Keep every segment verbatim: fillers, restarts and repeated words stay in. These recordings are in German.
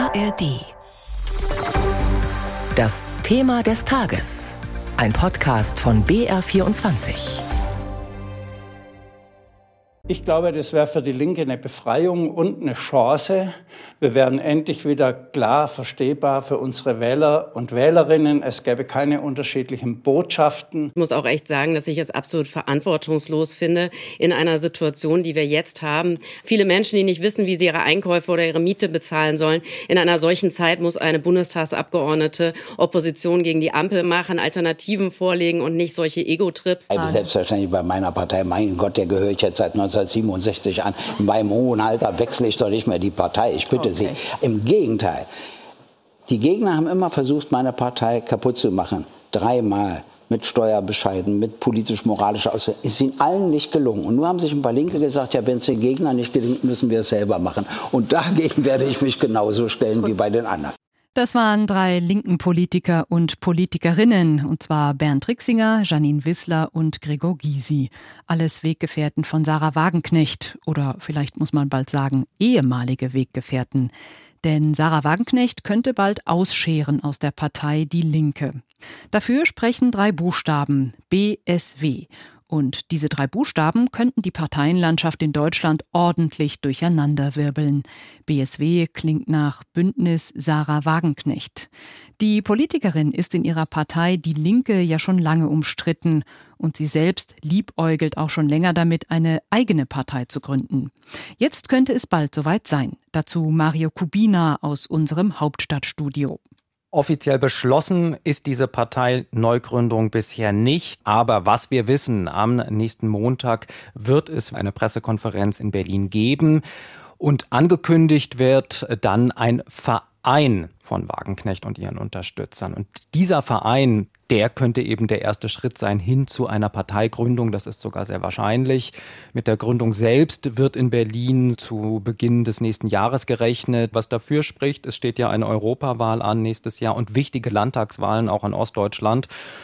A R D. Das Thema des Tages. Ein Podcast von B R vierundzwanzig. Ich glaube, das wäre für die Linke eine Befreiung und eine Chance. Wir wären endlich wieder klar verstehbar für unsere Wähler und Wählerinnen. Es gäbe keine unterschiedlichen Botschaften. Ich muss auch echt sagen, dass ich es absolut verantwortungslos finde, in einer Situation, die wir jetzt haben. Viele Menschen, die nicht wissen, wie sie ihre Einkäufe oder ihre Miete bezahlen sollen. In einer solchen Zeit muss eine Bundestagsabgeordnete Opposition gegen die Ampel machen, Alternativen vorlegen und nicht solche Ego-Trips. Selbstverständlich bei meiner Partei. Mein Gott, der gehöre ich jetzt seit neunzehnhundertsiebenundsechzig an. In meinem hohen Alter wechsle ich doch nicht mehr die Partei. Ich bitte okay. Sie. Im Gegenteil. Die Gegner haben immer versucht, meine Partei kaputt zu machen. Dreimal. Mit Steuerbescheiden, mit politisch-moralischer Auswahl. Ist ihnen allen nicht gelungen. Und nur haben sich ein paar Linke gesagt, ja, wenn es den Gegnern nicht gelingt, müssen wir es selber machen. Und dagegen werde ich mich genauso stellen wie bei den anderen. Das waren drei linken Politiker und Politikerinnen, und zwar Bernd Rixinger, Janine Wissler und Gregor Gysi. Alles Weggefährten von Sarah Wagenknecht oder vielleicht muss man bald sagen, ehemalige Weggefährten. Denn Sarah Wagenknecht könnte bald ausscheren aus der Partei Die Linke. Dafür sprechen drei Buchstaben, B S W. Und diese drei Buchstaben könnten die Parteienlandschaft in Deutschland ordentlich durcheinanderwirbeln. B S W klingt nach Bündnis Sarah Wagenknecht. Die Politikerin ist in ihrer Partei Die Linke ja schon lange umstritten. Und sie selbst liebäugelt auch schon länger damit, eine eigene Partei zu gründen. Jetzt könnte es bald soweit sein. Dazu Mario Kubina aus unserem Hauptstadtstudio. Offiziell beschlossen ist diese Parteineugründung bisher nicht. Aber was wir wissen, am nächsten Montag wird es eine Pressekonferenz in Berlin geben. Und angekündigt wird dann ein Verein von Wagenknecht und ihren Unterstützern. Und dieser Verein, der könnte eben der erste Schritt sein hin zu einer Parteigründung. Das ist sogar sehr wahrscheinlich. Mit der Gründung selbst wird in Berlin zu Beginn des nächsten Jahres gerechnet. Was dafür spricht, es steht ja eine Europawahl an nächstes Jahr und wichtige Landtagswahlen auch in Ostdeutschland.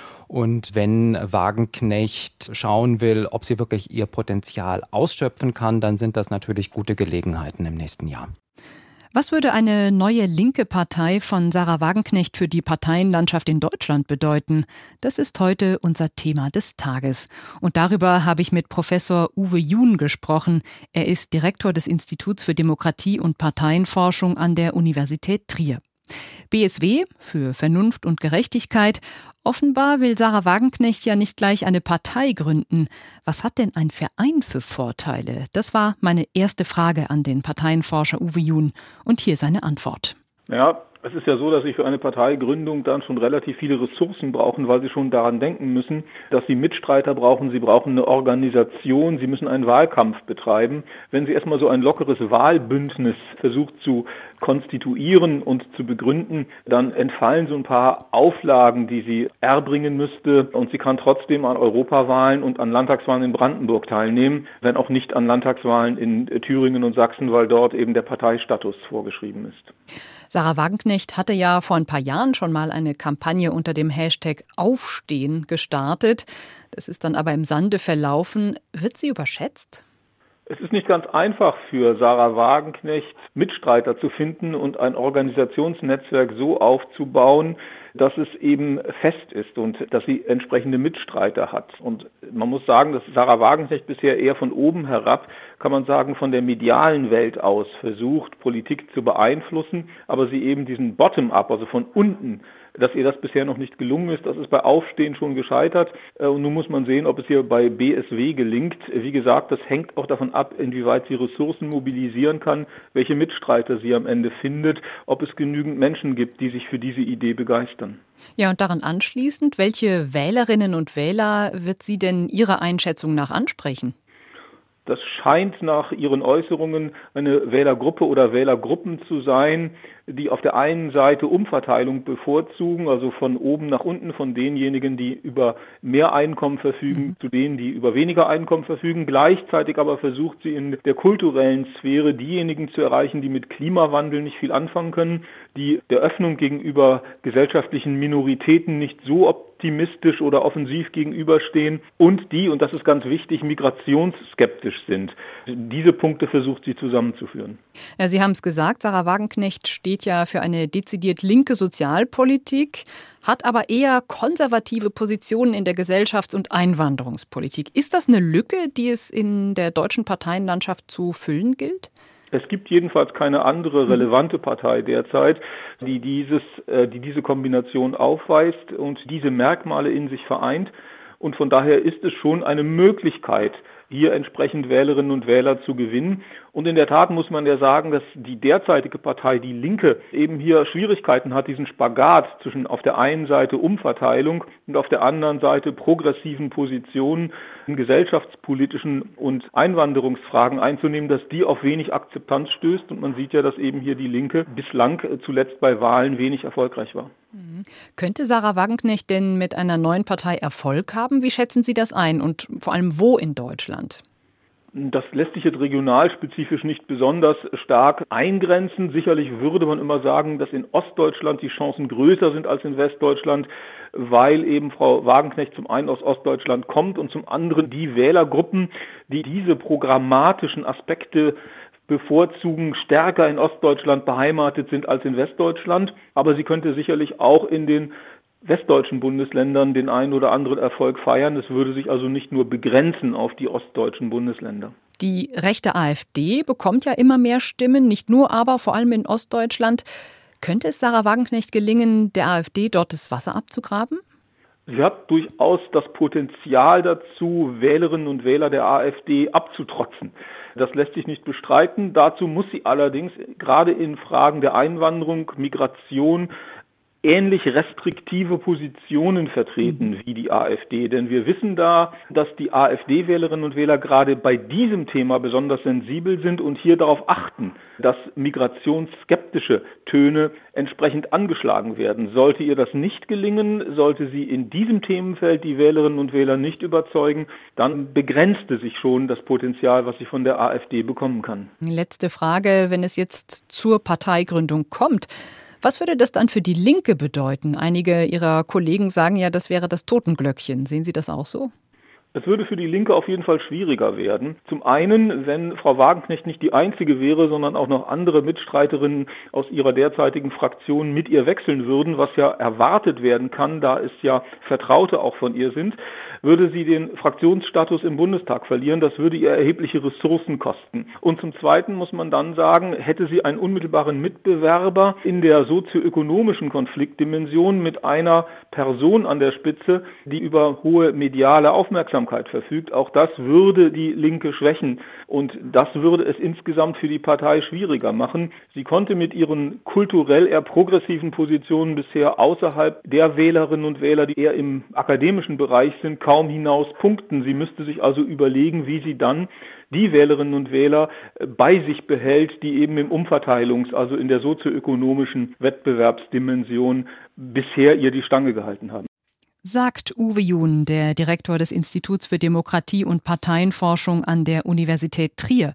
Und wenn Wagenknecht schauen will, ob sie wirklich ihr Potenzial ausschöpfen kann, dann sind das natürlich gute Gelegenheiten im nächsten Jahr. Was würde eine neue linke Partei von Sarah Wagenknecht für die Parteienlandschaft in Deutschland bedeuten? Das ist heute unser Thema des Tages. Und darüber habe ich mit Professor Uwe Jun gesprochen. Er ist Direktor des Instituts für Demokratie und Parteienforschung an der Universität Trier. B S W für Vernunft und Gerechtigkeit. Offenbar will Sarah Wagenknecht ja nicht gleich eine Partei gründen. Was hat denn ein Verein für Vorteile? Das war meine erste Frage an den Parteienforscher Uwe Jun. Und hier seine Antwort. Ja, es ist ja so, dass Sie für eine Parteigründung dann schon relativ viele Ressourcen brauchen, weil Sie schon daran denken müssen, dass Sie Mitstreiter brauchen, Sie brauchen eine Organisation, Sie müssen einen Wahlkampf betreiben. Wenn Sie erstmal so ein lockeres Wahlbündnis versucht zu konstituieren und zu begründen, dann entfallen so ein paar Auflagen, die sie erbringen müsste, und sie kann trotzdem an Europawahlen und an Landtagswahlen in Brandenburg teilnehmen, wenn auch nicht an Landtagswahlen in Thüringen und Sachsen, weil dort eben der Parteistatus vorgeschrieben ist. Sarah Wagenknecht hatte ja vor ein paar Jahren schon mal eine Kampagne unter dem Hashtag Aufstehen gestartet. Das ist dann aber im Sande verlaufen. Wird sie überschätzt? Es ist nicht ganz einfach für Sarah Wagenknecht, Mitstreiter zu finden und ein Organisationsnetzwerk so aufzubauen, dass es eben fest ist und dass sie entsprechende Mitstreiter hat. Und man muss sagen, dass Sarah Wagenknecht bisher eher von oben herab, kann man sagen, von der medialen Welt aus versucht, Politik zu beeinflussen, aber sie eben diesen Bottom-up, also von unten, dass ihr das bisher noch nicht gelungen ist. Das ist bei Aufstehen schon gescheitert. Und nun muss man sehen, ob es hier bei B S W gelingt. Wie gesagt, das hängt auch davon ab, inwieweit sie Ressourcen mobilisieren kann, welche Mitstreiter sie am Ende findet, ob es genügend Menschen gibt, die sich für diese Idee begeistern. Ja, und daran anschließend, welche Wählerinnen und Wähler wird sie denn Ihrer Einschätzung nach ansprechen? Das scheint nach ihren Äußerungen eine Wählergruppe oder Wählergruppen zu sein, die auf der einen Seite Umverteilung bevorzugen, also von oben nach unten, von denjenigen, die über mehr Einkommen verfügen, mhm. zu denen, die über weniger Einkommen verfügen. Gleichzeitig aber versucht sie in der kulturellen Sphäre diejenigen zu erreichen, die mit Klimawandel nicht viel anfangen können, die der Öffnung gegenüber gesellschaftlichen Minoritäten nicht so optimistisch optimistisch oder offensiv gegenüberstehen und die, und das ist ganz wichtig, migrationsskeptisch sind. Diese Punkte versucht sie zusammenzuführen. Ja, Sie haben es gesagt, Sahra Wagenknecht steht ja für eine dezidiert linke Sozialpolitik, hat aber eher konservative Positionen in der Gesellschafts- und Einwanderungspolitik. Ist das eine Lücke, die es in der deutschen Parteienlandschaft zu füllen gilt? Es gibt jedenfalls keine andere relevante Partei derzeit, die, dieses, äh, die diese Kombination aufweist und diese Merkmale in sich vereint. Und von daher ist es schon eine Möglichkeit, hier entsprechend Wählerinnen und Wähler zu gewinnen. Und in der Tat muss man ja sagen, dass die derzeitige Partei, die Linke, eben hier Schwierigkeiten hat, diesen Spagat zwischen auf der einen Seite Umverteilung und auf der anderen Seite progressiven Positionen in gesellschaftspolitischen und Einwanderungsfragen einzunehmen, dass die auf wenig Akzeptanz stößt. Und man sieht ja, dass eben hier die Linke bislang zuletzt bei Wahlen wenig erfolgreich war. Mhm. Könnte Sahra Wagenknecht denn mit einer neuen Partei Erfolg haben? Wie schätzen Sie das ein und vor allem wo in Deutschland? Das lässt sich jetzt regionalspezifisch nicht besonders stark eingrenzen. Sicherlich würde man immer sagen, dass in Ostdeutschland die Chancen größer sind als in Westdeutschland, weil eben Frau Wagenknecht zum einen aus Ostdeutschland kommt und zum anderen die Wählergruppen, die diese programmatischen Aspekte bevorzugen, stärker in Ostdeutschland beheimatet sind als in Westdeutschland. Aber sie könnte sicherlich auch in den westdeutschen Bundesländern den einen oder anderen Erfolg feiern. Es würde sich also nicht nur begrenzen auf die ostdeutschen Bundesländer. Die rechte AfD bekommt ja immer mehr Stimmen, nicht nur, aber vor allem in Ostdeutschland. Könnte es Sahra Wagenknecht gelingen, der AfD dort das Wasser abzugraben? Sie hat durchaus das Potenzial dazu, Wählerinnen und Wähler der AfD abzutrotzen. Das lässt sich nicht bestreiten. Dazu muss sie allerdings gerade in Fragen der Einwanderung, Migration, ähnlich restriktive Positionen vertreten wie die AfD. Denn wir wissen da, dass die AfD-Wählerinnen und Wähler gerade bei diesem Thema besonders sensibel sind und hier darauf achten, dass migrationsskeptische Töne entsprechend angeschlagen werden. Sollte ihr das nicht gelingen, sollte sie in diesem Themenfeld die Wählerinnen und Wähler nicht überzeugen, dann begrenzte sich schon das Potenzial, was sie von der AfD bekommen kann. Letzte Frage, wenn es jetzt zur Parteigründung kommt. Was würde das dann für die Linke bedeuten? Einige Ihrer Kollegen sagen ja, das wäre das Totenglöckchen. Sehen Sie das auch so? Es würde für die Linke auf jeden Fall schwieriger werden. Zum einen, wenn Frau Wagenknecht nicht die einzige wäre, sondern auch noch andere Mitstreiterinnen aus ihrer derzeitigen Fraktion mit ihr wechseln würden, was ja erwartet werden kann, da es ja Vertraute auch von ihr sind, würde sie den Fraktionsstatus im Bundestag verlieren. Das würde ihr erhebliche Ressourcen kosten. Und zum Zweiten muss man dann sagen, hätte sie einen unmittelbaren Mitbewerber in der sozioökonomischen Konfliktdimension mit einer Person an der Spitze, die über hohe mediale Aufmerksamkeit verfügt. Auch das würde die Linke schwächen und das würde es insgesamt für die Partei schwieriger machen. Sie konnte mit ihren kulturell eher progressiven Positionen bisher außerhalb der Wählerinnen und Wähler, die eher im akademischen Bereich sind, kaum hinaus punkten. Sie müsste sich also überlegen, wie sie dann die Wählerinnen und Wähler bei sich behält, die eben im Umverteilungs-, also in der sozioökonomischen Wettbewerbsdimension bisher ihr die Stange gehalten haben. Sagt Uwe Jun, der Direktor des Instituts für Demokratie und Parteienforschung an der Universität Trier.